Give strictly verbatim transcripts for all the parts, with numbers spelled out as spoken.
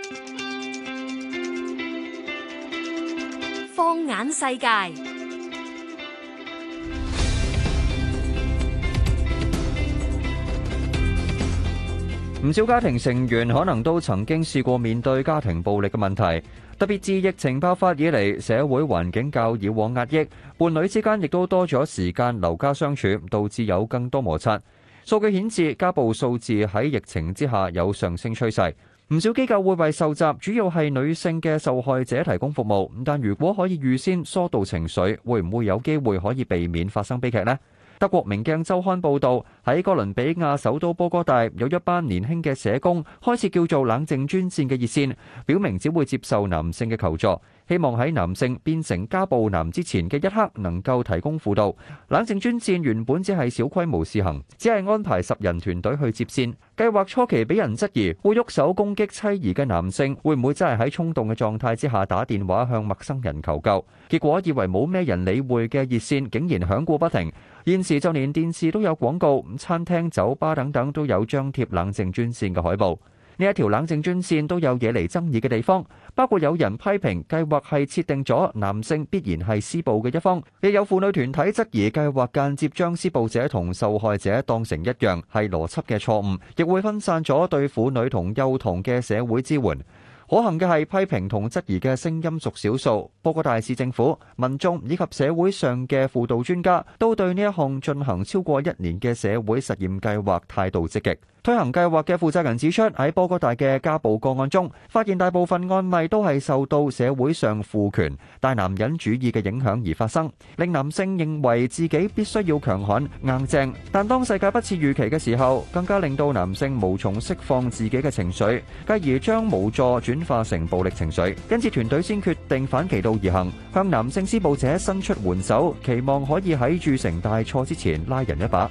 放眼世界， 唔少家庭成員可能都曾經試過面對家庭暴力嘅問題，特別自疫情爆發以嚟，社會環境較以往壓抑，伴侶之間亦都多咗時間留家相處，導致有更多摩擦。數據顯示，家暴數字喺疫情之下有上升趨勢。唔少機構會為受襲主要係女性嘅受害者提供服務，但如果可以預先疏導情緒，會唔會有機會可以避免發生悲劇呢？德國明鏡週刊報導，喺哥倫比亞首都波哥大，有一班年輕嘅社工開設叫做冷靜專線嘅熱線，表明只會接受男性嘅求助，希望喺男性變成家暴男之前嘅一刻能夠提供輔導。冷靜專線原本只係小規模試行，只係安排十人團隊去接線。計劃初期俾人質疑，會喐手攻擊妻兒嘅男性會唔會真係喺衝動嘅狀態之下打電話向陌生人求救？結果以為冇咩人理會嘅熱線竟然響過不停。現時就連電視都有廣告，餐廳、酒吧等等都有張貼冷靜專線嘅海報。呢一條冷靜專線都有惹嚟爭議嘅地方，包括有人批評計劃係設定咗男性必然係施暴嘅一方，亦有婦女團體質疑計劃間接將施暴者同受害者當成一樣，係邏輯嘅錯誤，亦會分散咗對婦女同幼童嘅社會支援。可行嘅係批評同質疑嘅聲音屬少數，波哥大市政府、民眾以及社會上嘅輔導專家都對呢一項進行超過一年嘅社會實驗計劃態度積極。推行計劃嘅負責人指出，喺波哥大嘅家暴個案中，發現大部分案例都係受到社會上父權、大男人主義嘅影響而發生，令男性認為自己必須要強悍硬正，但當世界不似預期嘅時候，更加令到男性無從釋放自己嘅情緒，繼而將無助轉化成暴力情緒。因此團隊先決定反其道而行，向男性施暴者伸出援手，期望可以喺鑄成大錯之前拉人一把。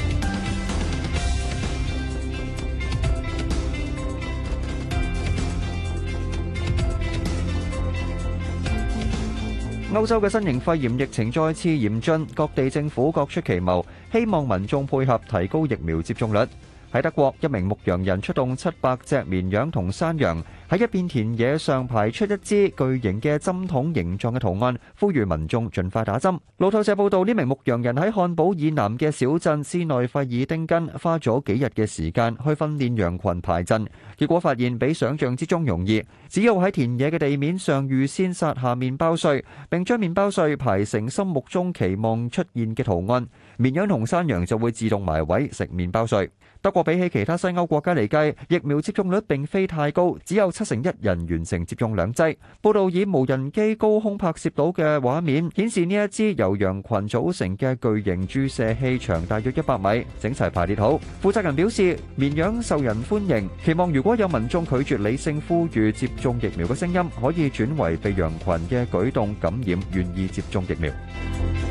歐洲嘅新型肺炎疫情再次嚴峻，各地政府各出奇謀，希望民眾配合提高疫苗接種率。喺德國，一名牧羊人出動七百隻綿羊同山羊，喺一片田野上排出一支巨型嘅針筒形狀嘅圖案，呼籲民眾盡快打針。路透社報道，呢名牧羊人喺漢堡以南嘅小鎮斯內費爾丁根花咗幾日嘅時間去訓練羊群排陣，結果發現比想象之中容易。只要喺田野嘅地面上預先撒下麵包碎，並將麵包碎排成心目中期望出現嘅圖案，綿羊同山羊就會自動埋位食麵包碎。德國比起其他西歐國家嚟計，疫苗接種率並非太高，只有七成一人完成接種兩劑。報道以無人機高空拍攝到嘅畫面，顯示呢一支由羊群組成嘅巨型注射器長大約一百米，整齊排列好。負責人表示，綿羊受人歡迎，期望如果有民眾拒絕理性呼籲接種疫苗嘅聲音，可以轉為被羊群嘅舉動感染，願意接種疫苗。